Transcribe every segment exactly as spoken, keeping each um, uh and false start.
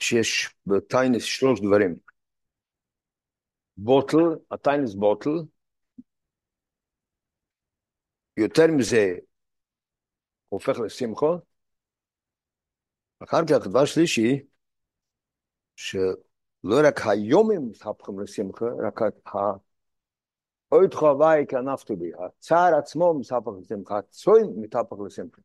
שיש בטיינס שלוש דברים. בוטל, הטיינס בוטל, יותר מזה הופך לשמחו. אחר כך דבר שלישי, שלא רק היומים מתהפכים לשמחה, רק אוי תחווי כנפתו בי, הצער עצמו מתהפך לשמחה, הצוין מתהפך לשמחה.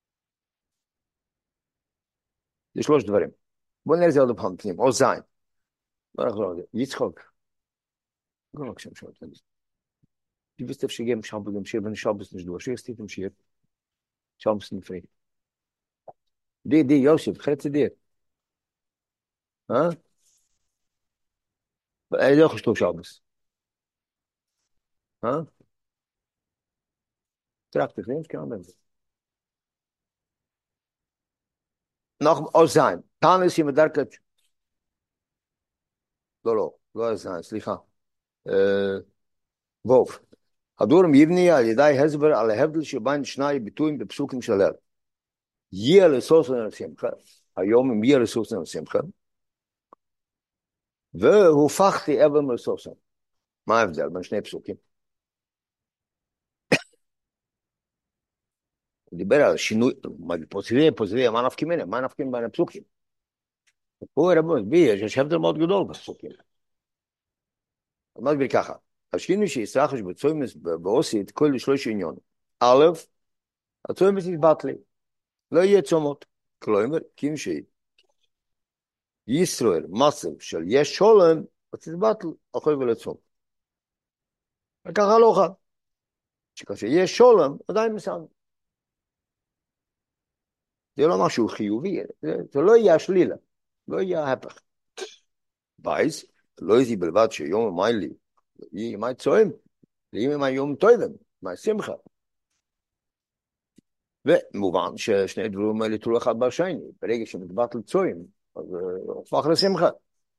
זה שלוש דברים. בואו נראה את זה עוד פעם פנים, או זין. בואו נחזור על זה. יצחוק. לא רק שם שעות. Du wirst öfter geben, schau, wenn ich wenn ich schau, bist nicht du. Schau, steht im Schirr. Schau, bist nicht frei. Die, die, Josef, geht zu dir. Ha? Er doch, du schau, bist. Ha? Trag dich, nicht, kann man. Noch, aus sein. Dann ist jemand da, לא, לא הזין, סליחה. ווב. הדורם יבני על ידי הסבר על ההבדל שבין שני ביטויים בפסוקים של הלל. יהיה לסוסן על שמחה, היום אם יהיה לסוסן על שמחה, והופכתי אבן לסוסן. מה ההבדל בין שני פסוקים? הוא דיבר על שינוי, פוזריה, פוזריה, מה נפקים ממנו? מה נפקים בין הפסוקים? הוא רבו, יש הבדל מאוד גדול בפסוקים. הוא מסביר ככה. השינוי שישרחש בצוימס באוסית כל שלוש עניון. א', הצוימס יתבטלי. לא יהיה צומות. כלומר, כמשהי. ישראל, מצב של יש שולם, אז תתבטל, אוכל ולצום. וככה לא חד. שכאשר יש שולם, עדיין מסעד. זה לא משהו חיובי, זה, זה לא יהיה השלילה, לא יהיה ההפך. בייס, לא יהיה בלבד שיום מיילי, יהיה מי צוים, יהיה מי יום טוידם, מי שמחה. ומובן ששני דברים האלה תלו אחד בשני, ברגע שמתבטל צוים, אז הופך לשמחה.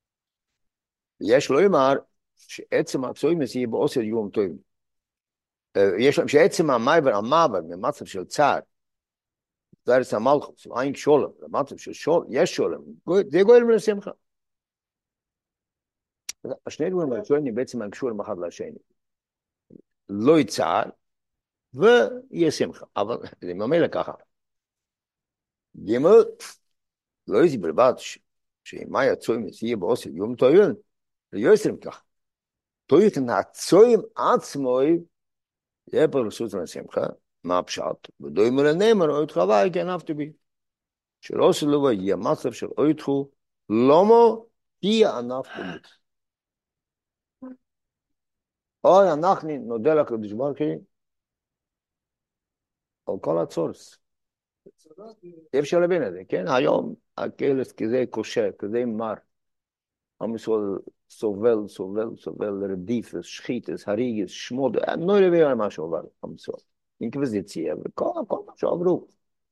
יש לו אמר שעצם הצוים הזה יהיה בעושר יום טוידם. יש להם שעצם המעבר, המעבר ממצב של צער, זה ארץ המלכוס, אין שולם, במצב של שולם, יש שולם, זה גואל מן השמחה. השני דברים הראשונים בעצם הם קשורים אחד לשני. לא יצער, ויהיה שמחה, אבל זה ממילא ככה. ג' לא יזי בלבד, שאם היה צוים יהיה בעושר יום טויון, זה יוסרים ככה. טויון הצוים עצמו, יהיה פרסות על השמחה, מה הפשט? ודוי מלנאמר, אוי תחווי, כן אהבתי בי. שלא סלובה יהיה מצב של אוי תחו, למה תהיה ענף במיץ. אוי, אנחנו נודה לקדוש ברוך הוא, על כל הצורס. אי אפשר להבין את זה, כן? היום הכלס כזה קושר, כזה מר. עם ישראל סובל, סובל, סובל, רדיפס, שחיתס, הריגס, שמוד, אני לא יודע על מה שעובר, עם ישראל. אינקוויזיציה, וכל כל מה שעברו.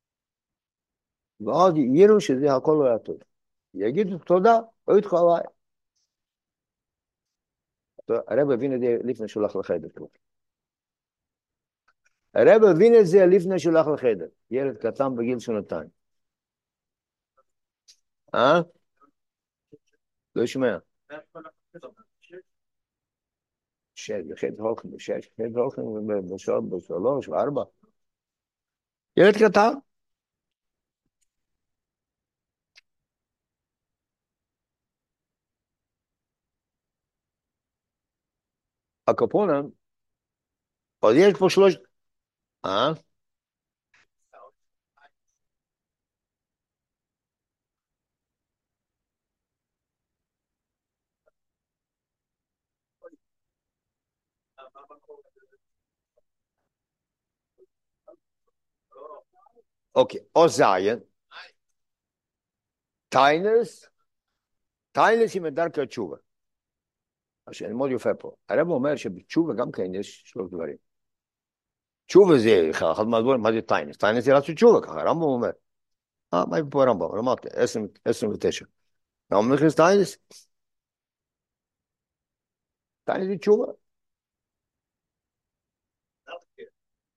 ואז יראו שזה הכל לא היה טוב. יגידו תודה, אוי תחווי. הרב הבין את זה לפני שולח לחדר. הרב הבין את זה לפני שולח לחדר. ילד קטן בגיל שנתיים. אה? לא ישמע. שש, בחדר הולכים בשש, בחדר הולכים בשעות, בשלוש, בארבע. ילד קטן. הקופונים, עוד יש פה שלוש... אה? אוקיי, או זיין, טיינס, טיינס היא מדרכי התשובה. עכשיו, אני מאוד יפה פה. הרב אומר שבתשובה גם כן יש שלוש דברים. תשובה זה, אחד מהדברים, מה זה טיינס? טיינס זה לעשות תשובה, ככה, הרמב"ם אומר. אה, מה פה הרמב"ם? רמת עשרים ותשע. למה נכנס טיינס? טיינס זה תשובה.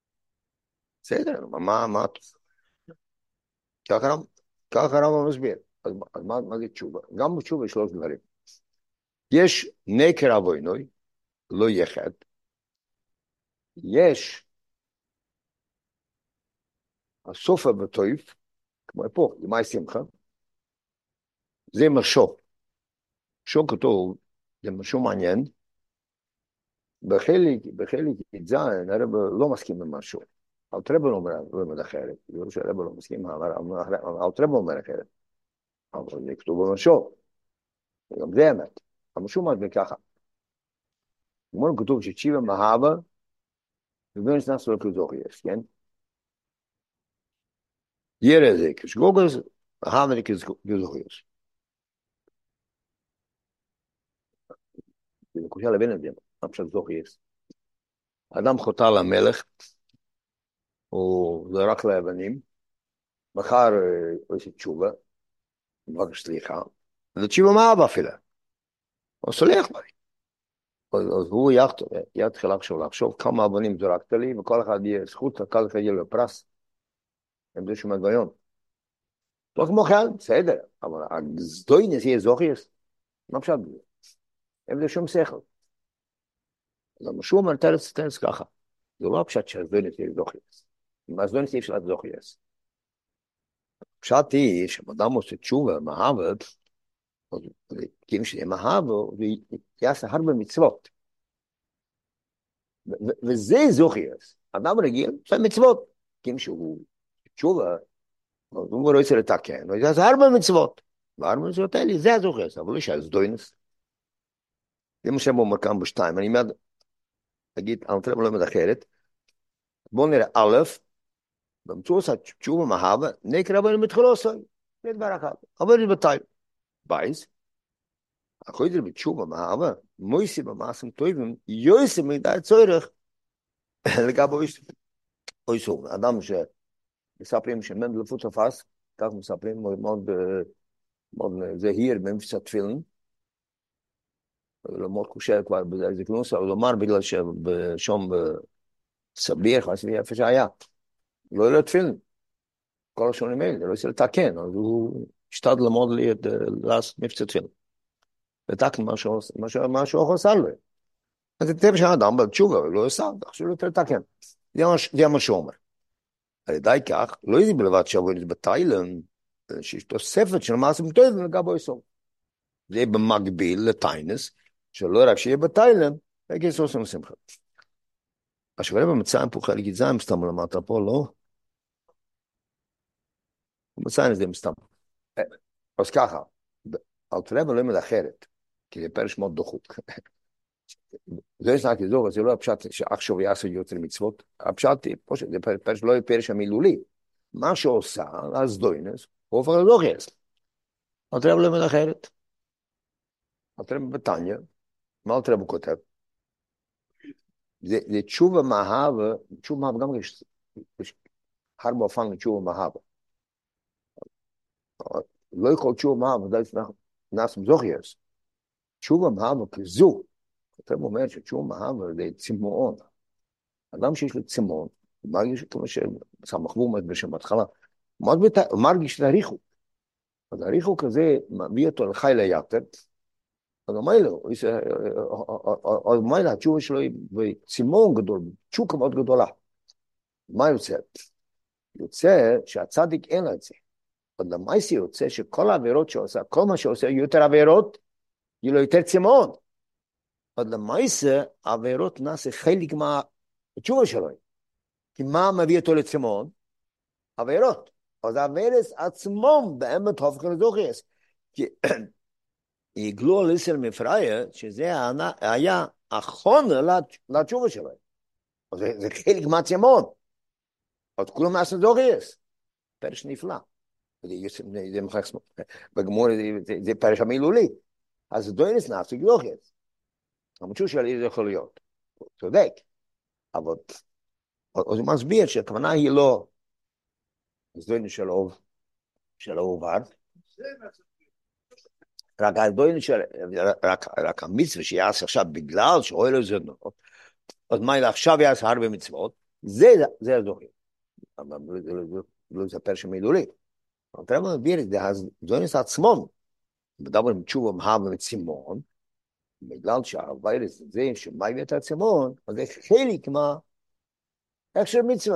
בסדר, מה, מה? ככה הרמב"ם מסביר. אז, אז מה, מה זה תשובה? גם בתשובה יש שלוש דברים. יש נקר אבוינוי, לא יחד. יש הסופה בטויף, כמו פה, למאי שמחה, זה משו. משו כתוב, זה משו מעניין. בחלק, בחלק י"ז, הרב לא מסכים עם משהו. אלתר רבי לא אומר אחרת. זה לא שהרב לא מסכים, אבל אלתר רבי אומר אחרת. אבל זה כתוב במשו. גם זה אמת. המשו מסביר ככה. כמו כתוב שתשיבה מהווה, ובין שנעשו לכזוכייס, כן? ירא זה כשגוגס, מהווה זה כזוכייס. זה קשה להבין את זה, מה פשוט זוכייס. אדם חוטא למלך, הוא זרק לאבנים, מחר הוא עושה תשובה, מבקש סליחה, זה תשיבה מהווה אפילו. הוא סולח בי. אז הוא יתחיל לחשוב, לחשוב כמה אבנים זרקת לי, וכל אחד יהיה זכות, כל אחד יהיה לו פרס. הם זה שום הדמיון. לא כמו כן, בסדר, אבל הגזדוינס יהיה זוכייס. מה פשוט בזה? אין זה שום שכל. אז המשהו אומר תרץ, תרץ ככה. זה לא פשוט שהזדוינס יהיה זוכייס. אם הזדוינס יהיה שלט זוכייס. פשוט היא שאדם עושה תשובה, מהווה, כאילו שיהיה מהווה, ויעשה הרבה מצוות. וזה זוכייס. אדם רגיל, זה מצוות. כאילו שהוא תשובה, הוא רוצה לתקן, הוא יעשה הרבה מצוות. והרבה מצוות האלה, זה הזוכייס, אבל לא שהזדוינס. זה מה שאומר כאן בשתיים. אני מיד אגיד, אני רוצה לא מדחרת. בואו נראה, א', במציאות התשובה מהווה, נקרא בנו מתחילו עשוי. זה דבר אחד. אבל זה בתיים. בייס, אחרי זה בתשובה מהווה, מויסי במעשים טובים, יויסי מידע צורך, לגבי אויסו. אדם שמספרים שמנדל לפוץ תפס, כך מספרים מאוד, מאוד זהיר במפצת תפילין, לא מאוד קושר כבר בזה כנוס, אבל לומר בגלל שבשום בסביר, חסבי איפה שהיה, לא יהיה לו תפילין. כל השונים האלה, לא יצא לתקן, אז הוא השתד ללמוד לי את לעשות מפצת תפילין. לתקן מה שהוא עושה לו. אז זה טבע שהאדם בתשובה, הוא לא עושה, עכשיו הוא יותר לתקן. זה מה שהוא אומר. על ידי כך, לא ידי בלבד שעבור את בתאילן, שיש תוספת של מעשים טובים לגבי יסוד. זה במקביל לטיינס, שלא רק שיהיה בתאילן, וכי עושים שמחה. השברה במצרים פה חלק יזיים סתם למטה פה, לא? במצרים זה מסתם. אז ככה, אלתר רבי לא למד אחרת, כי זה פרש מאוד דחוק. זה יש רק לזור, זה לא הפשט שעכשיו יעשו יותר מצוות, הפשט, זה פרש לא פרש המילולי. מה שעושה, אז דוינס, הוא הופך לדוחייס. אלתר רבי לא למד אחרת. אלתר רבי בתניא, מה אלתר רבי כותב? זה תשובה מהווה, תשובה מהווה גם יש, הרבה אופן לתשובה מהווה. לא יכול תשובה מהווה, זה נעשם זוכייס. תשובה מהווה כזו, אתה אומר שתשובה מהווה זה צימאון. אדם שיש לו צימאון, הוא מרגיש כמו שסמכבו בשם בהתחלה, הוא מרגיש את הריחוק. אז הריחוק הזה מביא אותו לחי ליתר, אז הוא אומר לו, הוא אומר לו, התשובה שלו היא בצימאון גדול, תשוקה מאוד גדולה. מה יוצא? יוצא שהצדיק אין לו את זה. אבל למעשה יוצא שכל העבירות שעושה, כל מה שעושה יותר עבירות, יהיה לו יותר צימאון. אבל למעשה העבירות נעשה חלק מהתשובה שלו. כי מה מביא אותו לצימאון? עבירות. אז העבירות עצמם באמת הופכים לזוכייס. כי יגלו על ישראל מפריה, שזה היה החונה לתשובה שלו. אז זה חלק מהצימאון. אז כולם נעשה זוכייס. פרש נפלא. זה מחלק בגמור, זה פרש המילולי. אז דוינס נעשה זוכייס. המצוא שלי זה יכול להיות. הוא צודק. אבל הוא מסביר שהכוונה היא לא דוינס של אוב, של אובר. רק הדוינס של, רק המצווה שיעשה עכשיו בגלל שאוי לו זה נורא. אז מה עכשיו יעשה הרבה מצוות? זה הזוכייס. לא זה פרש המילולי. אלתר רבי מסביר את זה, הזוינס עצמון, מדבר עם תשובה מהווה מצימון, בגלל שהווירס הזה שמביא את הצימון, אז זה חלק מההכשר מצווה.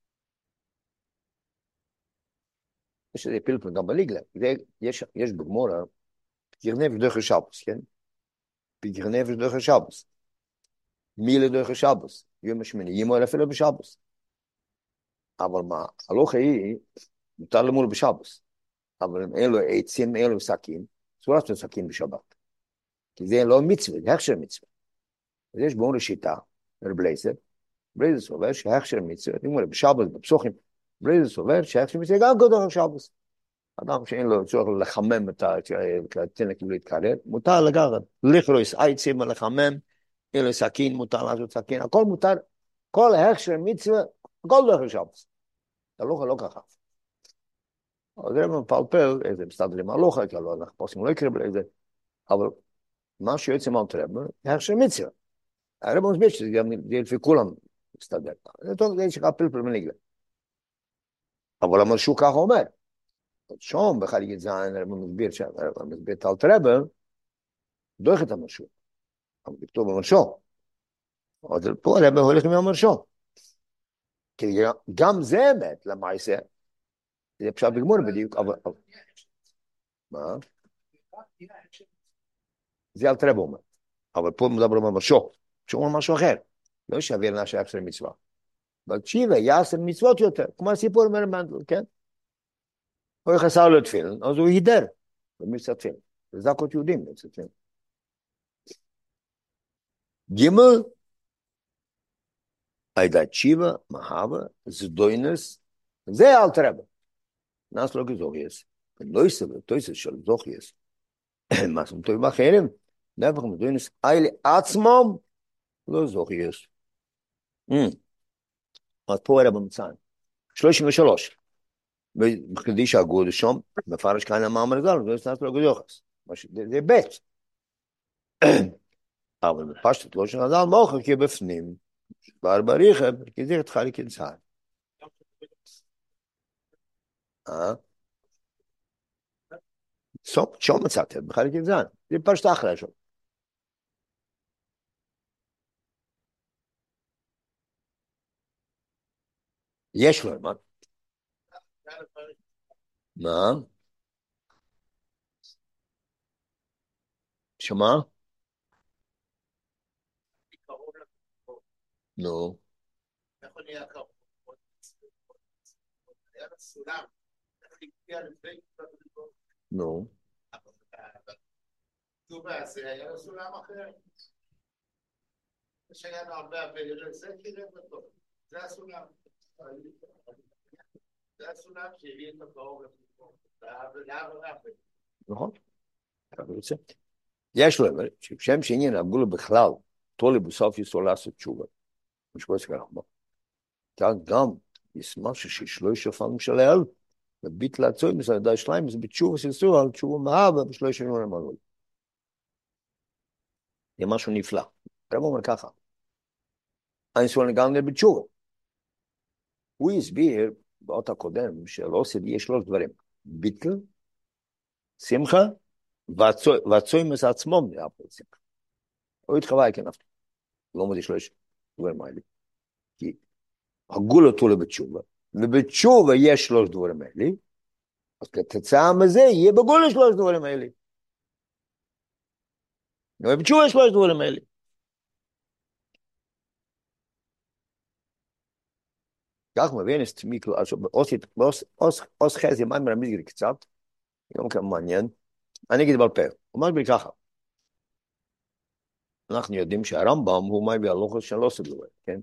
יש איזה פלפל גם בליגלה, יש, יש בגמורה, פתיח נפש דרך השבוס, כן? פתיח נפש דרך השבוס. מילה דרך השבוס. יום השמיני, ימו אלף אלף בשבוס. אבל מה, הלוכה היא, מותר למול בשבוס. אבל אם אין לו עצים, אין לו סכין, אסור לעשות סכין בשבת. כי זה לא מצווה, זה הכשר מצווה. אז יש בואו לשיטה, רב לייזר, בלייזר סובר שהכשר מצווה, אתם אומרים, בשבוס, בפסוחים, בלייזר סובר שהכשר מצווה גם כל דרך השבוס. אדם שאין לו צורך לחמם את התינוק ולהתקרר, מותר לגמרי, לכרוס עצים ולחמם, אין לו סכין, מותר לעשות סכין, הכל מותר, כל ההכשר מצווה, הכל דרך השבוס. הלוכה לא ככה. אז זה מפלפל, איזה מסתדר עם הלוכה, כי אנחנו פוסקים לא יקרה בלזה, אבל מה שיוצא מהתרבה, זה הכשר מצווה. הרב מסביר שזה גם לפי כולם מסתדר. זה טוב, זה שכה פלפל מנגלה. אבל המרשו ככה אומר, שום בחלק זין, הרב מסביר שהרב מסביר את אלתרבה, דוח את המרשו. אבל בכתוב המרשו. אבל פה הרב הולך מהמרשו. כי גם זה אמת למעשה, זה פשוט בגמור בדיוק, אבל... מה? זה אלתרבה אומר. אבל פה מדבר על המרשו. שהוא אומר משהו אחר. לא שווה לנשא הכשר מצווה. אבל תשיבה יעשה מצוות יותר, כמו הסיפור אומר מנדל, כן? הוא יחסר לו תפילין, אז הוא הידר במצוות תפילין. זה זכות יהודים במצוות תפילין. גימל, הייתה תשיבה, מהווה, זדוינס, זה אלתר רבי. נס לא כזוכייס. לא יסבל, לא יסבל של זוכייס. מה זה טוב באחרים? נפח מזדוינס, איילי עצמם, לא זוכייס. אז פה היה במצרים. שלושים ושלוש. בקדיש הגוד שם, מפרש כאן המאמר גדול, זה נס לא כזוכייס. זה בית. אבל בפשטות לא שנדל מוכר כי בפנים, כבר בריחב, כי זה התחלי כנסיים. אה? סוף, שום מצאתם, בחלי כנסיים. זה פשט אחרי שם. יש לו, מה? מה? שמה? נו. נו. זה היה לו סולם אחר. שהיה לו הרבה הרבה, זה קירב אותו. זה הסולם. זה הסולם שהביא את הקרוב לפני. נכון. יש לו, שם שעניין הגבול בכלל, תולי בסוף יסור לעשות תשובה. משהו כזה ככה. כאן גם, יש משהו ששלוש שפעמים של האל, וביט לעצוי מסעדה שלהם, זה בתשובה שיסור על תשובה מהווה, בשלוש שנים למעלה. זה משהו נפלא. הרב אומר ככה. אני סבור לגמרי בתשובה. הוא הסביר באות הקודם של עושה יש שלוש דברים. ביטל, שמחה, ועצוי מס עצמם להפל שמחה. הוא התחווה כנפת. לא מודי שלוש דברים האלה. כי הגול אותו לבתשובה, ובתשובה יש שלוש דברים האלה, אז כתוצאה מזה יהיה בגול שלוש דברים האלה. ובתשובה יש שלוש דברים האלה. כך מבין את מיקרו, עוס חזי, מה מרמיז לי קצת, גם כמה מעניין, אני אגיד בעל פה, הוא מסביר ככה, אנחנו יודעים שהרמב"ם הוא מביא הלוכות של לא עושה דברים, כן?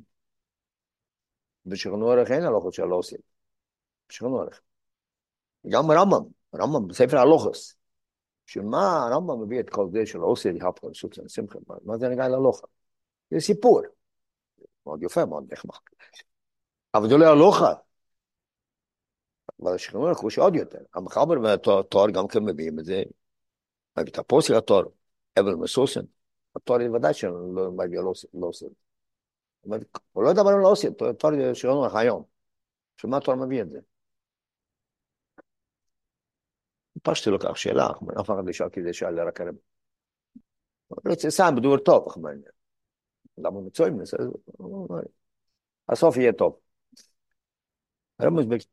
בשכנו ערך אין הלוכות של לא עושה, בשכנו ערך. גם רמב"ם, רמב"ם בספר הלוכות, שמה הרמב"ם מביא את כל זה של עושה להפך לסוץ שמחה, מה זה נגע להלוכה? זה סיפור, מאוד יפה, מאוד נחמד. אבל זה לא הלוכה. אבל השכנו ערך הוא שעוד יותר. המחבר והתואר גם כן מביאים את זה, מביא את הפוסק התואר, אבל מסוסן, התואר ודאי שלא מביא לא עושה. הוא לא ידבר על לא עושה, תואר שלנו לך היום. שמה התואר מביא את זה? פשטי לו כך שאלה, אף אחד לא שאל כזה שאלה רק הרב. זה סתם בדור טוב, למה מצויים? הסוף יהיה טוב. הרב מסביר,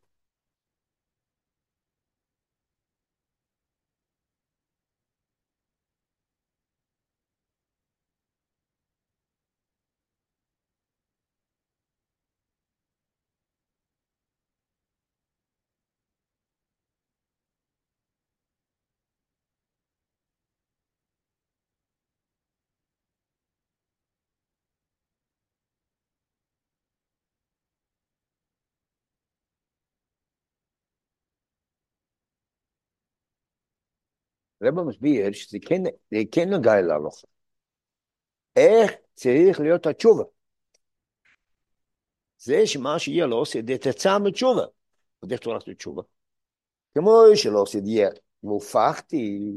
הרב מסביר שזה כן, זה כן נוגע להלכה. איך צריך להיות התשובה? זה שמה שיהיה לו עושה דתצא מתשובה. ודאיך תורך לתשובה? כמו שלא עושה דייה, והופכתי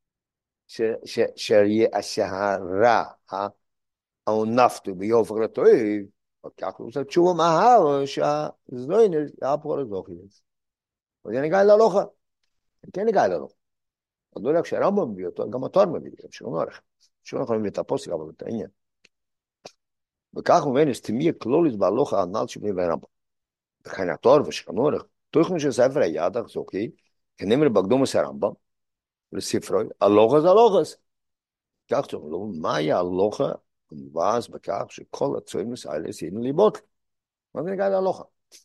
שהרע, או נפטו ביופך לטוב, וכך הוא עושה תשובה מהר, שהזלוינס, הפועל הזוכיינס. וזה נגע להלכה. כן נגע להלכה. עוד לא רק שהרמב"ם מביא אותו, גם התור מביא אותו, שלא נורך. שלא יכולים להביא את הפוסק, אבל את העניין. וכך מבין, סתמי כלוליס בהלכה הנ"ל שבלי הרמב"ם. וכן התור ושלא נורך. תוכן של ספר הידע, זוכי, כנמר בקדומוס הרמב"ם, לספרוי, הלכה זה הלכס. כך תאמרו, מהי ההלכה המובס בכך שכל הצוימוס האלה סיינו ליבות? מה זה נגע להלכה?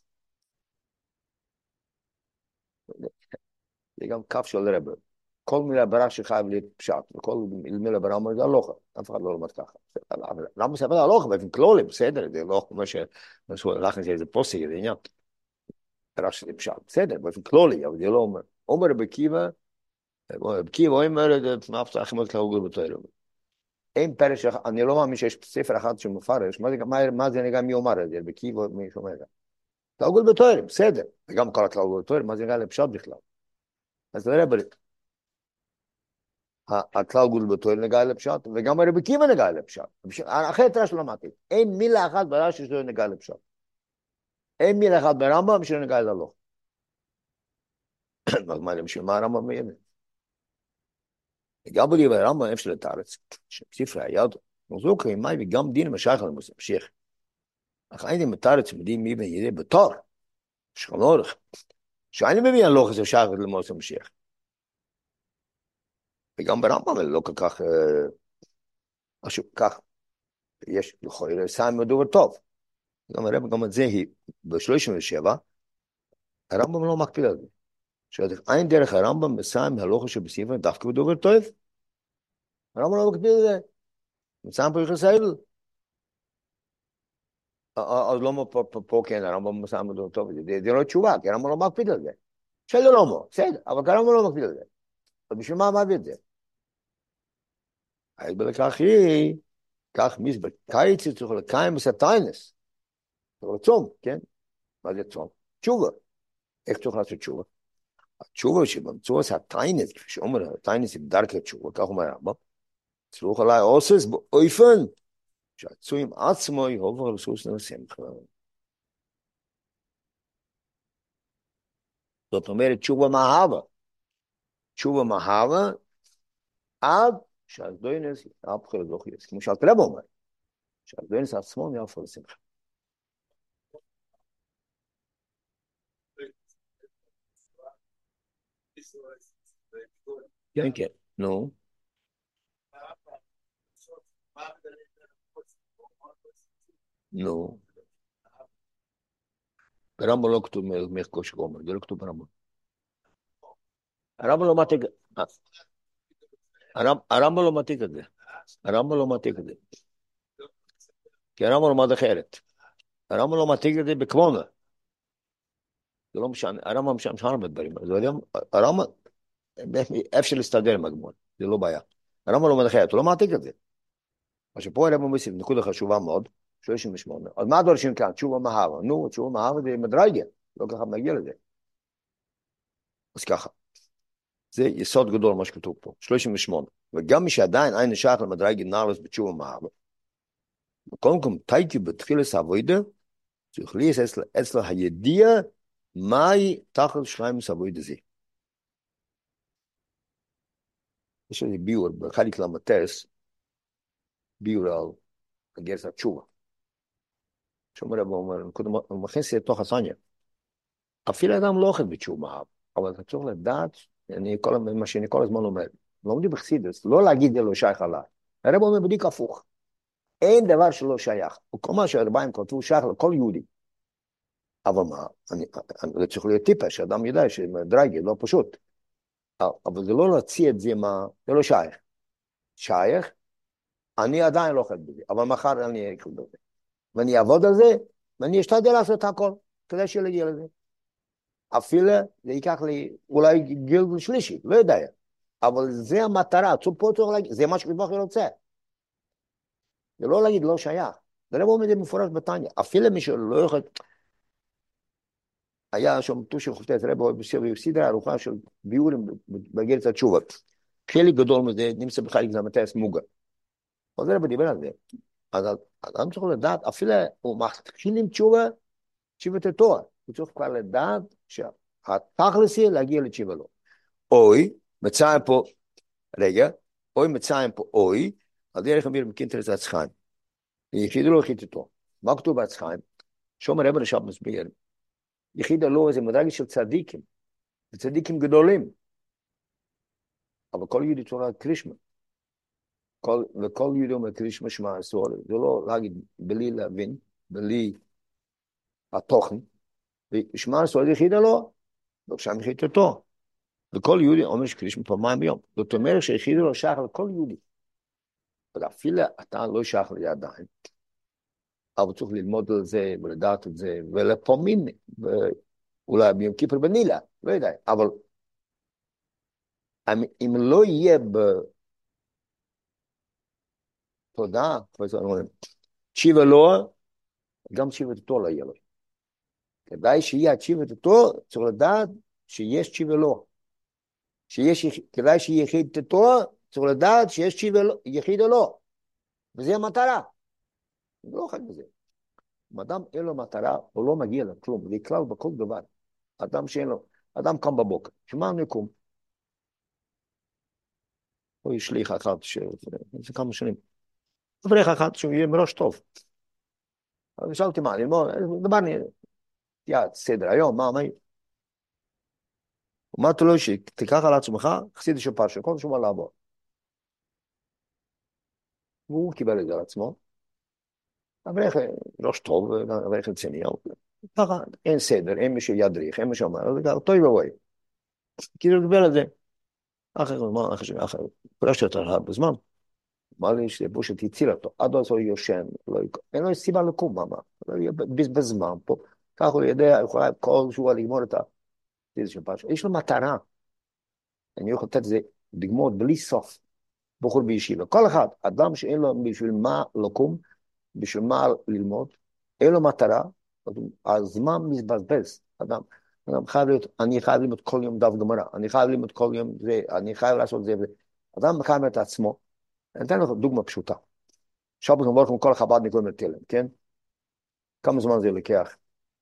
זה גם כף של רב. כל מילה ברש שחייב להיות פשט, וכל מילה ברמה זה הלכה. אף אחד לא לומד ככה. למה זה הלכה? באופן כללי, בסדר, זה לא כמו שהוא הלך לזה איזה פוסק, זה עניין. ברש שזה פשט, בסדר, באופן כללי, אבל זה לא אומר. אומר רבי עקיבא, רבי עקיבא אומר, מה הפצעה חמוד כהוגל בתוירו. אין פרש, אני לא מאמין שיש ספר אחד שמפרש, מה זה נגע מי אומר את זה, רבי עקיבא, מי שאומר את זה. כהוגל בתוירו, בסדר. וגם כל הכהוגל בתוירו, מה זה נגע לפשט בכלל. אז תראה, הכלל גודל בתוירו נגע לפשט, וגם הרבי עקיבא נגע לפשט. אחרת רש לא למדתי. אין מילה אחת ברש שזה נגע לפשט. אין מילה אחת ברמב"ם שזה נגע להלכה. אז מה למשל, מה הרמב"ם מיינה? גם בלי ברמב"ם איפה של הארץ, שבספרי היד, מוזוקה עם מי וגם דין משייך למוסף, משיח. אך הייתי מתארץ מדין מי בן ידי בתור, שכן אורך, שאני מבין הלכה זה שייך למוסף משיח. וגם ברמב"ם לא כל כך, משהו כך, יש לכאורה סיים מדובר טוב. גם הרב, גם את זה היא, ב-שלושים ושבע, הרמב"ם לא מקפיד על זה. שאין דרך הרמב"ם מסיים הלכה שבספר דווקא בדובר טוב. הרמב"ם לא מקפיד על זה. מסיים פה יחסל. אז לא פה כן, הרמב"ם מסיים בדובר טוב. זה לא תשובה, כי הרמב"ם לא מקפיד על זה. שלא לא מו, בסדר, אבל הרמב"ם לא מקפיד על זה. אז בשביל מה מביא את זה? ההסבר לכך היא, כך מסבר, קיץ צריך לקיים בסטיינס. זה לא צום, כן? מה זה צום? תשובה. איך צריך לעשות תשובה? התשובה שבמצוא סטיינס, כפי שאומר, הטיינס היא בדרכי תשובה, כך אומר הרמב"ם, צריך עליי עושס באופן, שהצויים עצמו יהובר לסוס לשמחה. זאת אומרת, תשובה מהווה. תשובה מהווה, עד שהזדוינס יהפכו לדוחייס. כמו שהרב אומר, שהזדוינס עצמו יהפכו לשמחה. כן, כן, נו. נו. ברמב"ם לא כתוב מלך שגומר, זה לא כתוב ברמב"ם. הרמב"ם לא מעתיק, הרמב"ם לא מעתיק את זה. הרמב"ם לא מעתיק את זה. כי הרמב"ם לומד אחרת. הרמב"ם לא מעתיק את זה בכמונה. זה לא משנה, הרמב"ם משנה משנה הרבה דברים. הרמב"ם, אפשר להסתדר עם הגמון, זה לא בעיה. הרמב"ם לומד אחרת, הוא לא מעתיק את זה. מה שפה הרמב"ם מוסיף, נקודה חשובה מאוד, שלושים ושמונה. אז מה דורשים כאן? תשובה מהווה. נו, תשובה מהווה זה מדרגה. לא ככה מגיע לזה. אז ככה. זה יסוד גדול מה שכתוב פה, שלושים ושמונה. וגם מי שעדיין אין נשאר למדרגה נעלס בתשובה מהווה. קודם כל, תייקי בתחילת העבודה, צריך להיות אצלו הידיעה מהי תחת שליימוס העבודה זה. יש איזה ביור בחלק למטס, ביור על הגרסת תשובה. שאומר רב, הוא מכניס לתוך הסניה. אפילו אדם לא אוכל בתשובה, אבל אתה צריך לדעת, אני כל, מה שאני כל הזמן אומר, לומדים בחסידות, לא להגיד זה לא שייך עליי. הרב אומר בדיוק הפוך. אין דבר שלא שייך. כל מה שהרביים כתבו שייך לכל יהודי. אבל מה, אני, אני צריך להיות טיפש, שאדם ידע שדרגי, לא פשוט. אבל זה לא להוציא את זה מה, זה לא שייך. שייך, אני עדיין לא אוכל בזה, אבל מחר אני אוכל בזה. ואני אעבוד על זה, ואני אשתדל לעשות הכל, כדי שיגיע לזה. אפילו זה ייקח לי אולי גיל שלישי, לא יודע. אבל זה המטרה, פה צריך להגיד, זה מה שבכי רוצה. זה לא להגיד לא שייך. זה לא אומר את זה מפורש בתניא. אפילו מי שלא יכול... היה שם תושי חופטס, רב בסדרה ארוכה של ביורים בגרסת התשובה. חלק גדול מזה נמצא בחלק למטס מוגה. אז רב דיבר על זה. אז אדם צריך לדעת, אפילו הוא מתחיל עם תשובה, תשובת התואר. הוא צריך כבר לדעת שהתכלס היא להגיע לתשובה לו. אוי, מצאים פה, רגע, אוי מצאים פה אוי, על דרך אמיר מקינטרס הצחיים. יחיד לא יחיד איתו. מה כתוב בהצחיים? שומר רב רשב מסביר. יחיד לא זה מדרגה של צדיקים. צדיקים גדולים. אבל כל יהודי תורה קרישמה. כל, וכל יהודי אומר קרישמה שמע אסור. זה לא להגיד בלי להבין, בלי התוכן. ושמע אסור יחיד לא. ושם יחיד איתו. וכל יהודי אומר שקרישמה פעמיים ביום. זאת אומרת שיחיד לא שייך לכל יהודי. ואפילו אתה לא שייך לידיים. אבל צריך ללמוד על זה, ולדעת את זה, ולפעמים, ואולי ביום כיפר בנילה, לא יודע, אבל אם לא יהיה בתודעה, תשיבה לא, גם תשיבה תתו לא יהיה לו. כדאי שיהיה תשיבה תתו, צריך לדעת שיש תשיבה לא. כדאי שיהיה יחיד תתו, צריך לדעת שיש תשיבה יחיד או לא. וזה המטרה. לא אוכל בזה. אם אדם אין לו מטרה, הוא לא מגיע לכלום, זה כלל בכל דבר. אדם שאין לו, אדם קם בבוקר, שמה אני קום? הוא שליח אחד, זה כמה שנים. אברך אחד שהוא יהיה מראש טוב. אז שאלתי מה, אני דבר אני, יא, סדר היום, מה, מה? אמרתי לו שתיקח על עצמך, חסיד של פרשה, כל שמה לעבור. והוא קיבל את זה על עצמו. אברך ראש טוב, אברך רציני, ככה, אין סדר, אין מי שידריך, אין מי שאומר, טוי ובואי. כאילו לדבר על זה. אחרי זמן, אחרי אחרי, פרשתי יותר הרבה זמן. אמר לי שבושת הציל אותו, עד אז הוא יושן, אין לו סיבה לקום, מה, לא יהיה בזמן פה. כך הוא יודע, הוא יכול כל שבוע לגמור את זה של פרשה. יש לו מטרה. אני יכול לתת את זה לגמור בלי סוף, בחור בישיבה. כל אחד, אדם שאין לו בשביל מה לקום, בשביל מה ללמוד, אין לו מטרה, הזמן מתבזבז. אדם, אדם חייב להיות, אני חייב ללמוד כל יום דף גמרא, אני חייב ללמוד כל יום זה, אני חייב לעשות זה וזה. אדם חייב את עצמו. אני אתן לך דוגמה פשוטה. שבת ומבורך עם כל החב"דניק לומד תלם, כן? כמה זמן זה לוקח?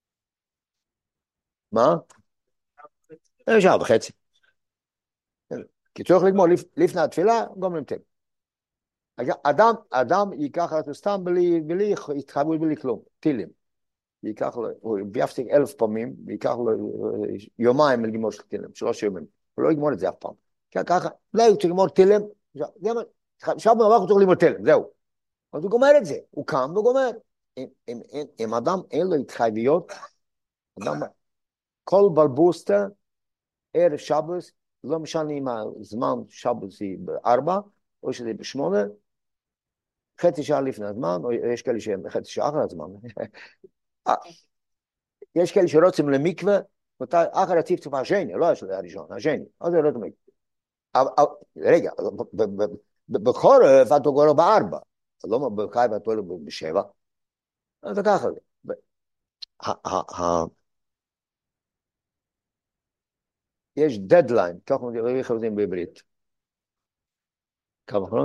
מה? שעה וחצי. כי צריך לגמור לפני התפילה, גומרים תלם. אדם, אדם ייקח את זה סתם בלי, בלי התחייבות, בלי כלום, תלם. ייקח לו, הוא יפסיק אלף פעמים, ויקח לו יומיים לגמור של תלם, שלוש יומים. הוא לא יגמור את זה אף פעם. ככה, לא הוא צריך לגמור תלם, שבת ומבורך הוא צריך לגמור תלם, זהו. אז הוא גומר את זה, הוא קם וגומר. אם, אם, אם, אם אדם אין לו התחייבויות, אדם, כל בלבוסטה, ערב שבס, לא משנה אם הזמן שבס היא בארבע, או שזה בשמונה, חצי שעה לפני הזמן, או יש כאלה שהם חצי שעה אחרי הזמן. יש כאלה שרוצים למקווה, אחר הציפצוף השני, לא הראשון, השני, אז זה לא תמיד. רגע, בחורף אתה גורם בארבע, לא בקיץ אתה גורם בשבע, אז זה ככה. יש דדליין, ככה אומרים בעברית. כמה אחרון?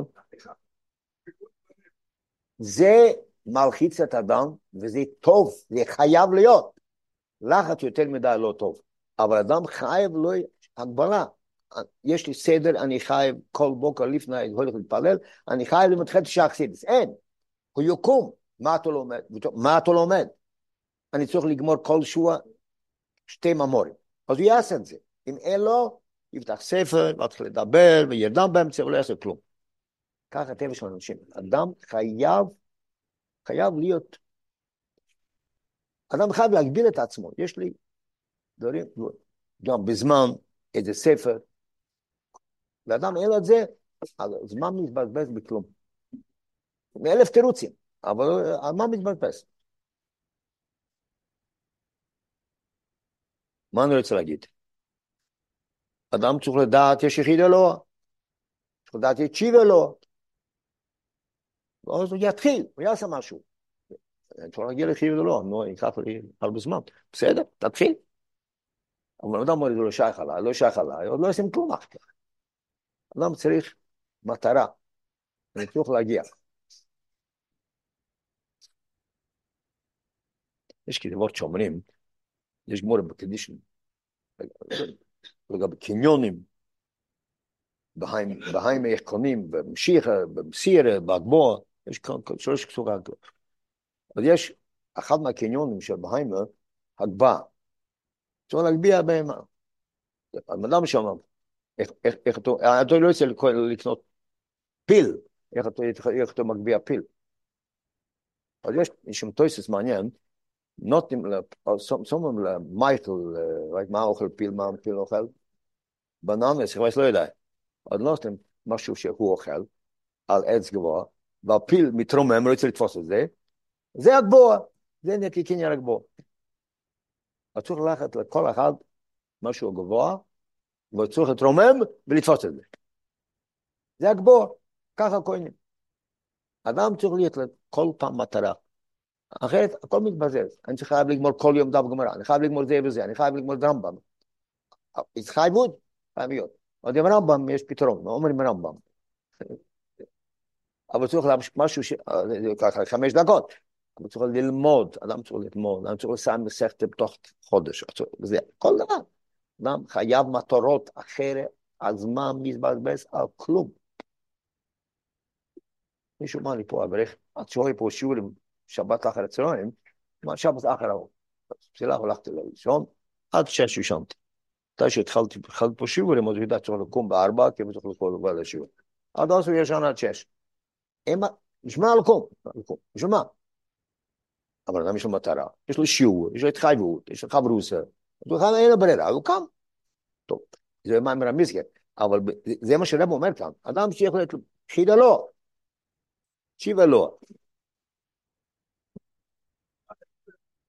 זה מלחיץ את אדם, וזה טוב, זה חייב להיות. לחץ יותר מדי לא טוב. אבל אדם חייב לו הגבלה. יש לי סדר, אני חייב כל בוקר לפני, אני הולך להתפלל, אני חייב למתחיל תשעה חסידס. אין. הוא יקום. מה אתה לומד? מה אתה לומד? אני צריך לגמור כל שבוע שתי ממורים. אז הוא יעשה את זה. אם אין לו, יפתח ספר, ויתחיל לדבר, וירדם באמצע, ולא יעשה כלום. ככה הטבע של אנשים. אדם חייב, חייב להיות, אדם חייב להגביל את עצמו. יש לי דברים, גם בזמן, איזה ספר, ואדם אין לו את זה, אז מה מתבזבז בכלום? מאלף תירוצים, אבל על מה מתבזבז? מה אני רוצה להגיד? אדם צריך לדעת יש יחיד אלוה, צריך לדעת יש שיב אלוה, ואז הוא יתחיל, הוא יעשה משהו. אני צריך להגיע ליחיד אלוה, נו, ייקח לי הרבה זמן. בסדר, תתחיל. אבל אדם אומר, זה לא שייך עליי, לא שייך עליי, עוד לא עושים כלום אחר כך. אדם צריך מטרה, אני צריך להגיע. יש כתבות שאומרים, יש גמור בקדישים, לגבי קניונים, בהיים איך קונים, במשיחה, במסירה, בהגבוה, יש שלוש כסורי הגבוה. אז יש אחד מהקניונים של בהיים, הגבוה. צריך להגביע בהמה. אדם שאומר, איך אתה, אתה לא יוצא לקנות פיל, איך אתה מגביע פיל. אז יש שם טויסס מעניין, נותנים, שומעים למייכל, מה אוכל פיל, מה פיל אוכל? בננס, אני לא יודע. אז נותנים משהו שהוא אוכל, על עץ גבוה, והפיל מתרומם, לא יוצא לתפוס את זה, זה הגבוה, זה נקי קניין הגבוה. אז צריך ללכת לכל אחד, משהו גבוה, וצריך להתרומם ולתפוס את זה. זה הגבוה, ככה קונים. אדם צריך להיות לכל פעם מטרה. אחרת, הכל מתבזז. אני צריך חייב לגמור כל יום דף גמרא, אני חייב לגמור זה וזה, אני חייב לגמור רמב"ם. התחייבות, חייב להיות. עוד עם רמב"ם יש פתרון, מה אומרים רמב"ם? אבל צריך משהו, ככה חמש דקות, אבל צריך ללמוד, אדם צריך ללמוד, אדם צריך לסיים מסכת בתוך חודש, זה כל דבר. אדם חייב מטרות אחרת, הזמן מתבזבז על כלום. מישהו אמר לי פה, אברך, עד שואי פה שיעורים, שבת אחר הצהריים, מה שבת אחר ההוא. בסדר, הלכתי לישון, עד שש ישנתי. מתי שהתחלתי פה שיעורים, אז ידעתי צריך לקום בארבע, כי צריך לקום לשיעור. עד אז הוא ישן עד שש. בשביל מה לקום? בשביל מה? אבל אדם יש לו מטרה, יש לו שיעור, יש לו התחייבות, יש לו חברוסה, אין לו ברירה, הוא קם. טוב, זה מה אמר המסגר, אבל זה מה שרב אומר כאן, אדם שיכול להיות חידה לו, שיבה לו.